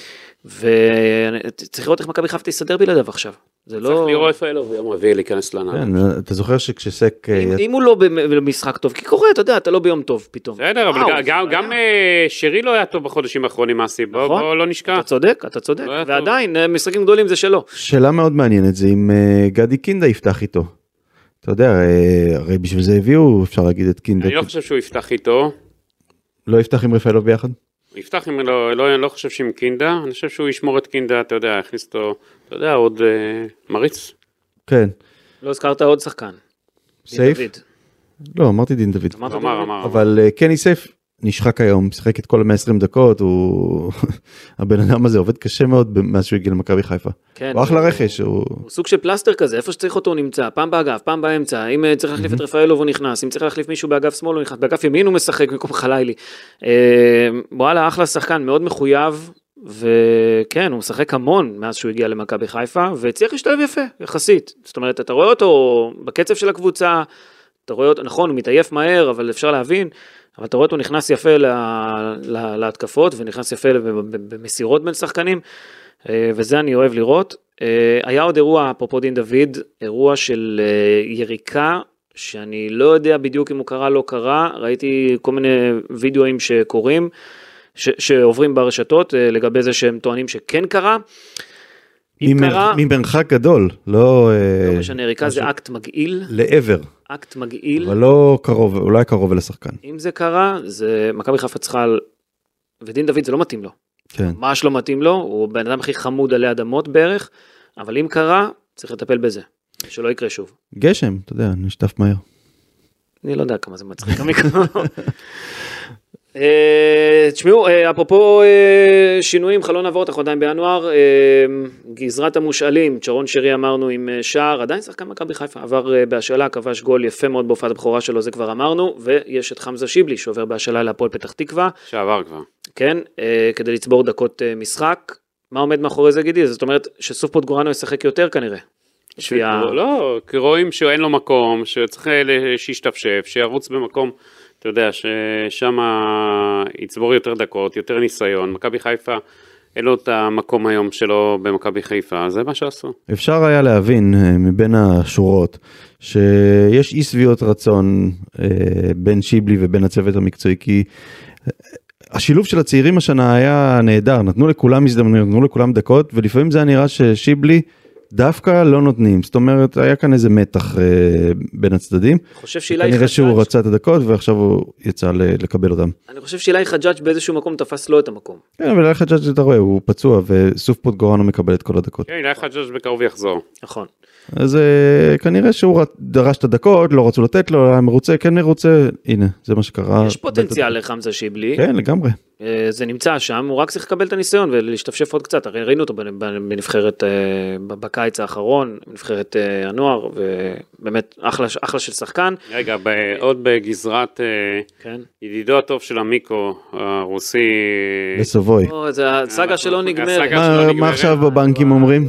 וצריך לראות איך מכבי חיפה תסתדר בלעדיו עכשיו. זה לא... צריך לראות רפאלוב ביום רביעי להיכנס לענן. כן, אתה זוכר שכשסק... אם הוא לא במשחק טוב, כי קורה, אתה יודע, אתה לא ביום טוב פתאום. בסדר, אבל גם שרי לא היה טוב בחודשים האחרונים מהסיב, בוא לא נשכח. אתה צודק, ועדיין, משחקים גדולים זה שלו. שאלה מאוד מעניינת, זה אם גדי קינדה יפתח איתו. אתה יודע, הרי בשביל זה הביאו, אפשר להגיד את קינדה. אני לא חושב שהוא יפתח איתו. לא יפתח עם רפאלוב ביחד? יפתח עם, לא חושב שעם קינדה, אני חושב שהוא ישמור את קינדה, אתה יודע, הכניס אותו, אתה יודע, עוד מריץ. כן. לא הזכרת עוד שחקן. סייף? לא, אמרתי דין דוד. אמר. אבל קני סייף נשחק היום, משחק את כל 120 דקות, הבן אדם הזה עובד קשה מאוד מאז שהוא הגיע למכבי חיפה. הוא אחלה רכש. הוא סוג של פלסטר כזה, איפה שצריך אותו הוא נמצא, פעם באגף, פעם באמצע, אם צריך להחליף את רפאלוב הוא נכנס, אם צריך להחליף מישהו באגף שמאל הוא נכנס, באגף ימין הוא משחק במקום חלילי. וואלה, אחלה שחקן, מאוד מחויב, וכן, הוא משחק המון מאז שהוא הגיע למכבי חיפה, והצליח להשתלב יפה, יחסית. זאת אומרת, אתה רואה אותו בקצב של הקבוצה, אתה רואה אותו, נכון, הוא מתעייף מהר, אבל אפשר להבין, אבל אתה רואה אותו נכנס יפה להתקפות, ונכנס יפה במסירות בין שחקנים, וזה אני אוהב לראות. היה עוד אירוע, אפרופו דין דוד, אירוע של יריקה, שאני לא יודע בדיוק אם הוא קרה, לא קרה, ראיתי כל מיני וידאוים שקורים, שעוברים ברשתות, לגבי זה שהם טוענים שכן קרה. ממרחק גדול, לא משנה, יריקה זה אקט מגעיל. לעבר. אקט מגעיל. אבל לא קרוב, אולי קרוב לשחקן. אם זה קרה, זה מכבי חיפה צריכה, ודין דוד זה לא מתאים לו. כן. ממש לא מתאים לו, הוא בן אדם הכי חמוד עלי אדמות בערך, אבל אם קרה, צריך לטפל בזה, שלא יקרה שוב. גשם, אתה יודע, נשטף מהר. אני לא יודע כמה זה מצחיק המקרה. תשמעו, אפרופו שינויים, חלון עברות, אנחנו עדיין בינואר, גזרת המושאלים, צ'רון שרי אמרנו עם שער, עדיין שחקן מכבי חיפה, עבר בהשאלה, כבש גול יפה מאוד בהופעת הבכורה שלו, זה כבר אמרנו, ויש את חמזה שיבלי שעובר בהשאלה להפועל פתח תקווה. שעבר כבר. כן, כדי לצבור דקות משחק. מה עומד מאחורי זה גידי? זאת אומרת שסוף פוטגורנו ישחק יותר כנראה. לא, כי רואים שאין לו מקום, שצריך שישתפשף, שירוץ במקום, אתה יודע, ששם יצבור יותר דקות, יותר ניסיון. מכבי חיפה, אין לו את המקום היום שלו במכבי חיפה, זה מה שעשו. אפשר היה להבין מבין השורות, שיש אי שביעות רצון בין שיבלי ובין הצוות המקצועי, כי השילוב של הצעירים השנה היה נהדר, נתנו לכולם הזדמנויות, נתנו לכולם דקות, ולפעמים זה היה נראה ששיבלי דווקא לא נותנים, זאת אומרת, היה כאן איזה מתח בין הצדדים. כנראה שהוא רצה את הדקות, ועכשיו הוא יצא לקבל אותם. אני חושב שאילי חג'אג' באיזשהו מקום תפס לו את המקום. כן, אבל אילי חג'אג' אתה רואה, הוא פצוע, וסוף פוטגורנו מקבל את כל הדקות. כן, אילי חג'אג' בקרוב יחזור. נכון. אז כנראה שהוא דרש את הדקות, לא רצו לתת לו, היה מרוצה, כן מרוצה, הנה, זה מה שקרה. יש פוטנציאל לחמזה שיבלי. כן, לגמרי. זה נמצא שם, הוא רק צריך לקבל את הניסיון ולהשתפשף עוד קצת, הרי ראינו אותו בנבחרת, בקיץ האחרון, בנבחרת הנוער, ובאמת אחלה של שחקן. רגע, עוד בגזרת ידידו הטוב של המיקו, הרוסי. בסובוי. זה הסאגה שלא נגמרת. מה עכשיו בבנקים אומרים?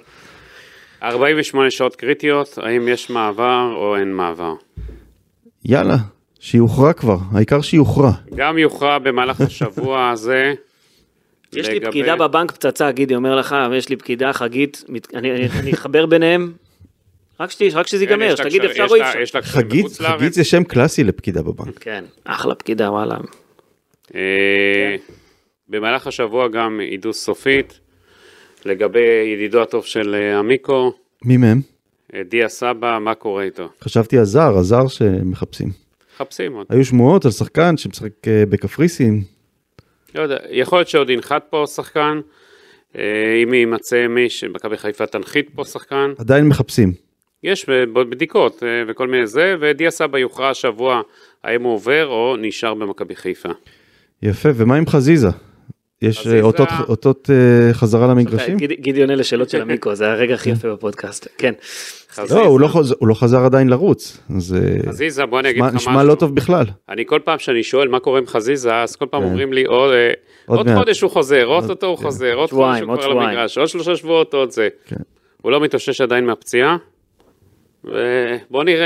48 שעות קריטיות, האם יש מעבר או אין מעבר? יאללה. שיוכרע כבר, העיקר שיוכרע. גם יוכרע במהלך השבוע הזה. יש לי פקידה בבנק פצצה, גידי אומר לך, יש לי פקידה חגית, אני אחבר ביניהם, רק שזה ייגמר, שתגיד אפשר או אפשר. חגית זה שם קלאסי לפקידה בבנק. כן, אחלה פקידה, וואלה. במהלך השבוע גם עידו סופית, לגבי ידידו הטוב של המיקו. מי מהם? דיה סבא, מה קורה איתו? חשבתי הזר שמחפשים. היו שמועות על שחקן שמשחק בקפריסין. לא יודע, יכול להיות שעוד ינחת פה שחקן, אם יימצא מי שמכבי חיפה תנחית פה שחקן. עדיין מחפשים. יש בדיקות וכל מיני זה, ודיה סבא יוכרע השבוע, האם הוא עובר או נשאר במכבי חיפה. יפה, ומה עם חזיזה? יש אותות חזרה למגרשים? גידי עונה לשאלות של המיקו, זה הרגע הכי יפה בפודקאסט, כן. לא, הוא לא חזר עדיין לרוץ. חזיזה, בוא אני אגיד לך משהו. נשמע לא טוב בכלל. אני כל פעם שאני שואל מה קורה עם חזיזה, אז כל פעם אומרים לי, עוד חודש הוא חוזר, עוד אותו הוא חוזר, עוד חודש הוא כבר למגרש, עוד 3 שבועות, עוד זה. הוא לא מתאושש עדיין מהפציעה, ובוא נראה.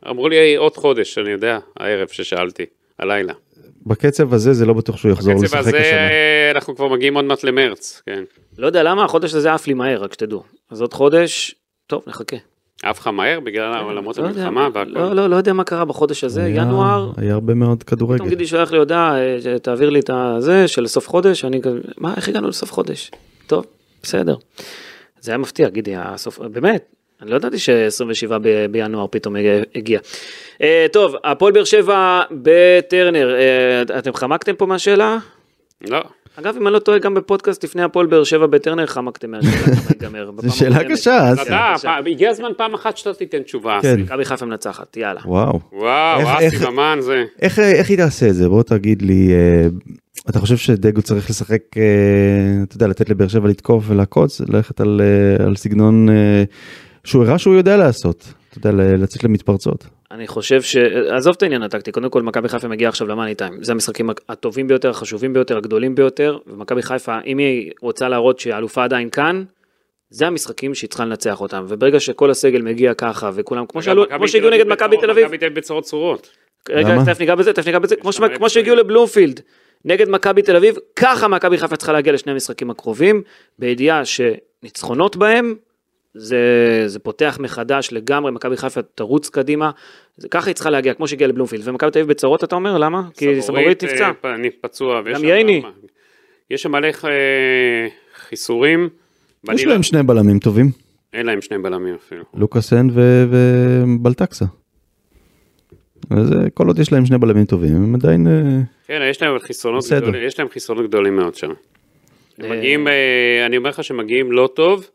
אמרו לי עוד חודש, אני יודע, הערב ששאלתי, הלילה. בקצב הזה זה לא בטוח שהוא יחזור לשחק השנה. בקצב הזה אנחנו כבר מגיעים עוד מעט למרץ, כן. לא יודע למה, החודש הזה עף לי מהר, רק שתדעו. אז עוד חודש, טוב, נחכה. עף לך מהר בגלל עולמות המלחמה והכל. לא יודע מה קרה בחודש הזה, ינואר. היה הרבה מאוד כדורגל. פתאום גידי שולח לי הודעה, תעביר לי את זה של סוף חודש, אני כזה, מה, איך הגענו לסוף חודש? טוב, בסדר. זה היה מפתיע, גידי, באמת, אני לא ידעתי ש-27 בינואר פתאום הגיע. טוב, הפועל באר שבע בטרנר, אתם חמקתם פה מהשאלה? לא. אגב, אם אני לא טועה, גם בפודקאסט לפני הפועל באר שבע בטרנר, חמקתם מהשאלה. זו שאלה קשה. הגיע הזמן פעם אחת שאתה תיתן תשובה. מכבי חיפה מנצחת, יאללה. וואו. אסי ממן זה. איך היא תעשה את זה? בוא תגיד לי, אתה חושב שדגו צריך לשחק, אתה יודע, לתת לבאר שבע לתקוף ולעקוץ, ללכת על סגנון שהוא הראה שהוא יודע לעשות, אתה יודע, לצאת למתפרצות. אני חושב עזוב את העניין הטקטי, קודם כל מכבי חיפה מגיע עכשיו למאני טיים, זה המשחקים הטובים ביותר, החשובים ביותר, הגדולים ביותר, ומכבי חיפה, אם היא רוצה להראות שהאלופה עדיין כאן, זה המשחקים שהיא צריכה לנצח אותם, וברגע שכל הסגל מגיע ככה, וכולם, כמו שהגיעו נגד מכבי תל אביב, מכבי תל אביב בצורות צורות. רגע, תכף ניגע בזה, כמו שהגיעו לבלומפילד, נגד מכבי תל אביב, ככה מכבי חיפה צריכה להגיע לשני המשחקים הקרובים, בידיעה שניצחונות בהם, זה פותח מחדש לגמרי, מכבי חיפה תרוץ קדימה, ככה היא צריכה להגיע, כמו שהגיעה לבלומפילד, ומכבי תל אביב בצרות אתה אומר, למה? כי סבורית נפצע. אני פצוע, גם ייני. יש שם מלא חיסורים. יש להם שני בלמים טובים. אין להם שני בלמים אפילו. לוקאסן ובלטקסה. כל עוד יש להם שני בלמים טובים, הם עדיין... כן, יש להם חיסרונות גדולים מאוד שם. אני אומר לך שמגיעים לא טוב,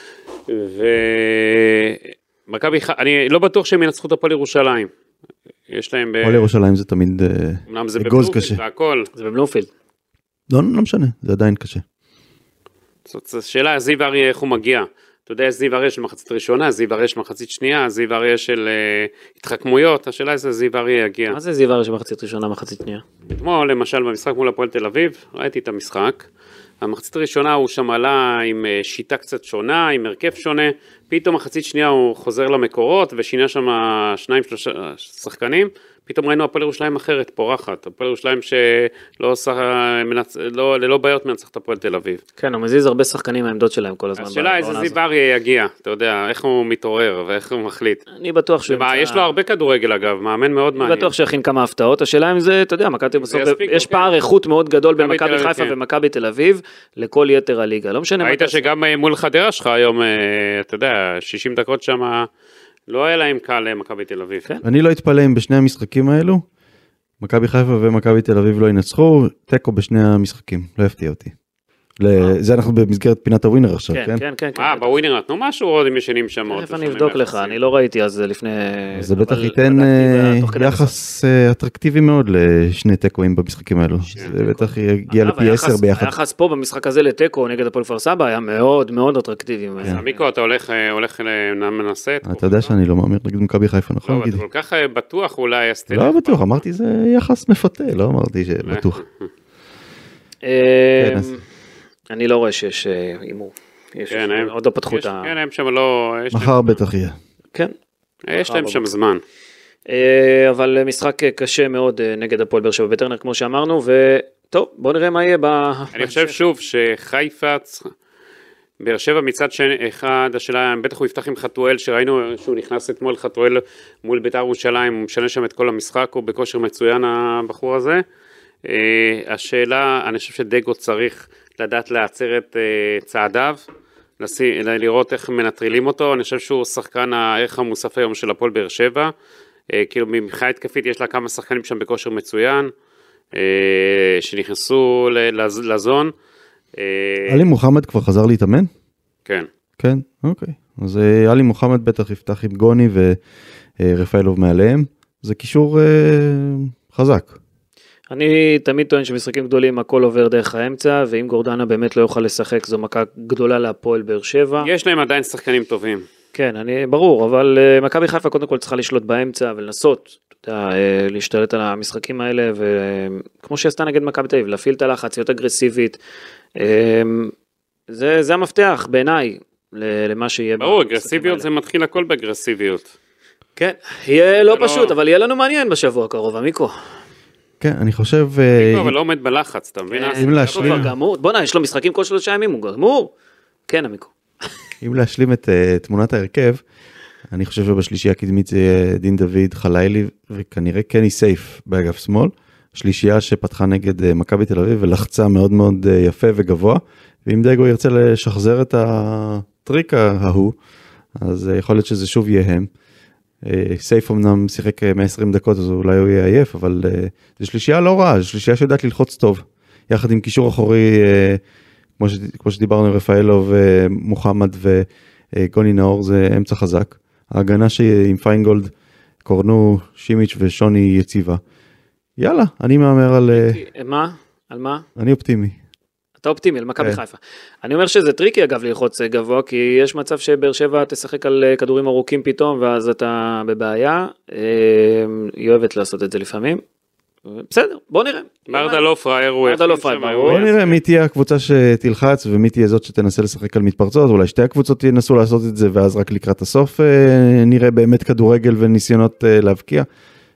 ומכבי, אני לא בטוח שהם ינצחו את הפועל ירושלים. יש להם... הפועל ירושלים זה תמיד אגוז קשה. זה בבלומפילד. לא משנה, זה עדיין קשה. זאת שאלה, זיו אריה איך הוא מגיע. אתה יודע, זיו אריה של מחצית ראשונה, זיו אריה של מחצית שנייה, זיו אריה של התחכמויות, השאלה איזה זיו אריה יגיע. מה זה זיו אריה של מחצית ראשונה, מחצית שנייה? כמו למשל במשחק מול הפועל תל אביב, ראיתי את המשחק, המחצית הראשונה הוא שם עלה עם שיטה קצת שונה, עם הרכב שונה, פתאום מחצית שנייה הוא חוזר למקורות, ושינה שם 2-3 שחקנים, פתאום ראינו הפועל ירושלים אחרת, פורחת, הפועל ירושלים שלא עושה, ללא בעיות מנצח את הפועל תל אביב. כן, הוא מזיז הרבה שחקנים מהעמדות שלהם כל הזמן. השאלה איזה זיו אריה יגיע, אתה יודע, איך הוא מתעורר ואיך הוא מחליט. אני בטוח שהוא... יש לו הרבה כדורגל אגב, מאמן מאוד מעניין. אני בטוח שיכין כמה הפתעות, השאלה אם זה, אתה יודע, יש פער איכות מאוד גדול בין מכבי חיפה ומכבי תל אביב, לכל יתר הליגה, לא משנה. ראית שגם מול חדרה שלך היום, אתה יודע, 60 דקות שם לא היה להם קל למכבי תל אביב. אני לא אתפלא אם בשני המשחקים האלו, מכבי חיפה ומכבי תל אביב לא ינצחו, תיקו בשני המשחקים, לא יפתיע אותי. זה אנחנו במסגרת פינת הווינר עכשיו, כן? כן. בווינר נתנו משהו עוד אם ישנים שם עוד? איפה אני אבדוק לך, אני לא ראיתי אז לפני... זה בטח ייתן יחס אטרקטיבי מאוד לשני טקואים במשחקים האלו. זה בטח יגיע לפי 10 ביחד. היחס פה במשחק הזה לטקו נגד הפועל כפר סבא היה מאוד מאוד אטרקטיבי. מיקו, אתה הולך למנסה? אתה יודע שאני לא מאמר נגד מכבי חיפה, נכון? לא, אתה כל כך בטוח אולי... לא בטוח, אמרתי זה יחס מפתה, לא אמרתי שבטוח. אני לא רואה שיש אימור. עוד לא פתחו את ה... כן, הם שם לא... מחר בטח יהיה. כן. יש להם שם זמן. אבל משחק קשה מאוד נגד הפועל באר שבע בטרנר, כמו שאמרנו, וטוב, בואו נראה מה יהיה אני חושב שוב שחיפה, באר שבע מצד אחד, השאלה, בטח הוא יפתח עם חתואל, שראינו שהוא נכנס אתמול חתואל מול בית"ר ירושלים, הוא משנה שם את כל המשחק, הוא בכושר מצוין הבחור הזה. השאלה, אני חושב שדגו צריך לדעת לעצר את צעדיו, לראות איך מנטרילים אותו, אני חושב שהוא שחקן הערך המוסף היום של הפועל באר שבע, כאילו מבחינה התקפית יש לה כמה שחקנים שם בכושר מצוין, שנכנסו לזון. עלי מוחמד כבר חזר להתאמן? כן. כן, אוקיי. אז עלי מוחמד בטח יפתח עם גוני ורפאלוב מעליהם, זה קישור חזק. אני תמיד טוען שמשחקים גדולים הכל עובר דרך האמצע, ואם גורדנה באמת לא יוכל לשחק, זו מכה גדולה להפועל באר שבע. יש להם עדיין שחקנים טובים. כן, ברור, אבל מכבי חיפה קודם כל צריכה לשלוט באמצע, ולנסות, אתה יודע, להשתלט על המשחקים האלה, וכמו שעשתה נגד מכבי תל אביב, להפעיל את הלחץ, להיות אגרסיבית, זה המפתח בעיניי, למה שיהיה. ברור, אגרסיביות זה מתחיל הכל באגרסיביות. כן, יהיה לא פשוט, אבל יהיה לנו מעניין בשבוע הקרוב, עמיקו. כן, אני חושב... אבל לא עומד בלחץ, אתה מבין? אם להשלים... בוא'נה, יש לו משחקים כל 3 ימים, הוא גמור. כן, עמיקו. אם להשלים את תמונת ההרכב, אני חושב שבשלישייה הקדמית זה יהיה דין דוד, חלילי, וכנראה קני סייף באגף שמאל. שלישייה שפתחה נגד מכבי תל אביב ולחצה מאוד מאוד יפה וגבוה, ואם דגו ירצה לשחזר את הטריק ההוא, אז יכול להיות שזה שוב יהיה הם. סייף אמנם שיחק 120 דקות, אז אולי הוא יהיה עייף, אבל זו שלישייה לא רעה, זו שלישייה שיודעת ללחוץ טוב, יחד עם קישור אחורי, כמו שדיברנו, רפאלו ומוחמד וגוני נאור, זה אמצע חזק. ההגנה שעם פיינגולד, קורנו, שימיץ' ושוני יציבה. יאללה, אני מאמר על... מה? על מה? אני אופטימי. אתה אופטימי, על מכבי חיפה. אני אומר שזה טריקי אגב ללחוץ גבוה, כי יש מצב שבאר שבע תשחק על כדורים ארוכים פתאום, ואז אתה בבעיה. היא אוהבת לעשות את זה לפעמים. בסדר, בוא נראה. ברדה לא פרייר, בוא נראה מי תהיה הקבוצה שתלחץ, ומי תהיה זאת שתנסה לשחק על מתפרצות, אולי שתי הקבוצות ינסו לעשות את זה, ואז רק לקראת הסוף נראה באמת כדורגל וניסיונות להבקיע.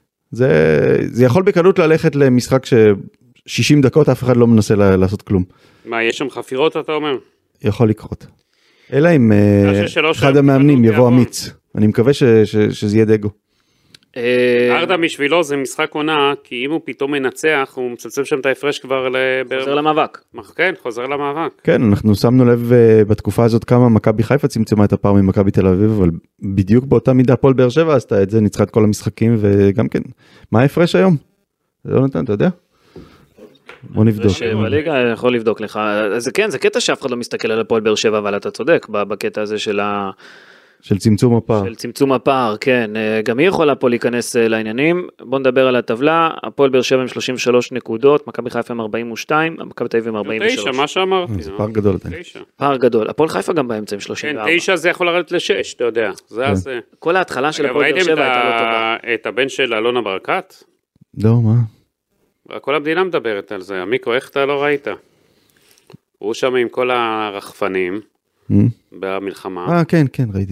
זה יכול בקלות ללכת למשחק ש60 דקות אף אחד לא מנסה לעשות כלום. מה, יש שם חפירות אתה אומר? יכול לקרות. אלא אם אחד המאמנים יבוא אמיץ. אני מקווה שזה יהיה דגו. ארדה משבילו זה משחק עונה, כי אם הוא פתאום מנצח, הוא מצלצל שם את ההפרש כבר חוזר למאבק. כן, חוזר למאבק. כן, אנחנו שמנו לב בתקופה הזאת כמה מכבי חיפה צמצמה את הפער ממכבי תל אביב, אבל בדיוק באותה מידה הפועל באר שבע עשתה את זה, ניצחה את כל המשחקים, וגם כן, מה ההפרש היום? זה לא נתן, אתה יודע? בוא נבדוק. בליגה יכול לבדוק לך, זה כן, זה קטע שאף אחד לא מסתכל על הפועל באר שבע, אבל אתה צודק, בקטע הזה של צמצום הפער. של צמצום הפער, כן. גם היא יכולה פה להיכנס לעניינים. בוא נדבר על הטבלה. הפועל באר שבע עם 33 נקודות, מכבי חיפה עם 42, מכבי תל אביב עם 43. 9, מה שאמרתי. זה פער גדול. פער גדול. הפועל חיפה גם באמצע עם 34. כן, 9 זה יכול לרדת ל6, אתה יודע. זה. כל ההתחלה של הפועל באר שבע הייתה לא טובה. את הבן של אלונה ברקת? לא, מה? כל המדינה מדברת על זה. עמיקו, איך אתה לא ראית? הוא שם עם כל הרחפנים במלחמה. כן, ראיתי.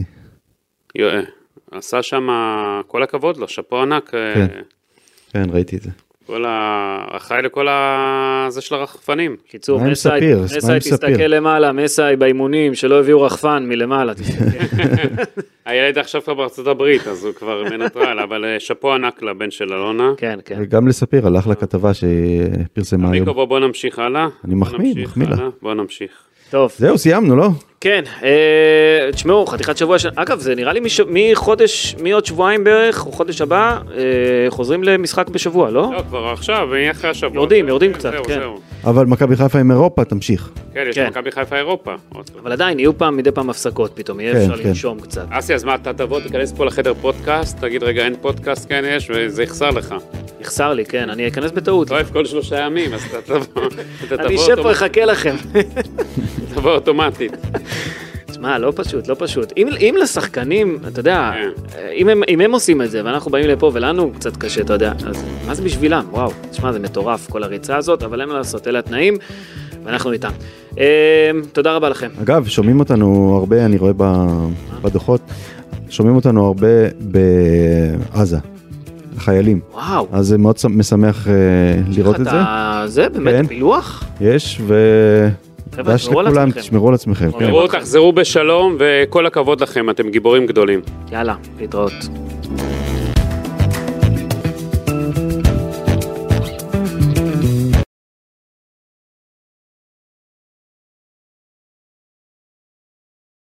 עשה שם, כל הכבוד לו, שפו ענק. כן, ראיתי את זה. אחראי לכל זה של הרחפנים. קיצור, מסאי תסתכל למעלה, מסאי באימונים, שלא הביאו רחפן מלמעלה, תסתכל. הילד עכשיו כבר בארצות הברית, אז הוא כבר מנטרל, אבל שפו ענק לבן של אלונה. כן, כן. וגם לספיר, הלך לכתבה שפרסמה היום. עמיקו, בוא נמשיך הלאה. אני מחמיא לה. בוא נמשיך. טוב. זהו, סיימנו, לא? כן, תשמעו, חתיכת שבוע, אגב, זה נראה לי מעוד שבועיים בערך, או חודש הבא, חוזרים למשחק בשבוע, לא? לא, כבר עכשיו, אחרי השבוע. יורדים קצת, כן. אבל מכבי חיפה עם אירופה, תמשיך. כן, יש מכבי חיפה אירופה. אבל עדיין, יהיו מדי פעם הפסקות פתאום, יהיה אפשר לנשום קצת. אסי, אז מה, אתה תבוא, תיכנס פה לחדר פודקאסט, תגיד, רגע, אין פודקאסט, כן יש, וזה יחסר לך. יחסר לי, כן, אני אכנס בטעות. לא אוהב כל 3 ימים, אז אתה תבוא. אני אשב פה, אחכה לכם. תבוא אוטומטית. תשמע, לא פשוט. אם לשחקנים, אתה יודע, אם הם עושים את זה, ואנחנו באים לפה ולנו קצת קשה, אתה יודע, אז מה זה בשבילם? וואו, תשמע, זה מטורף, כל הריצה הזאת, אבל אין מה לעשות, אלה התנאים, ואנחנו איתם. תודה רבה לכם. אגב, שומעים אותנו הרבה, אני רואה בדוחות, שומעים אותנו הרבה בעזה. חיילים. וואו. אז זה מאוד משמח לראות את זה. זה באמת פילוח? יש, דש לכולם, תשמרו על עצמכם. תחזרו בשלום, וכל הכבוד לכם, אתם גיבורים גדולים. יאללה, להתראות.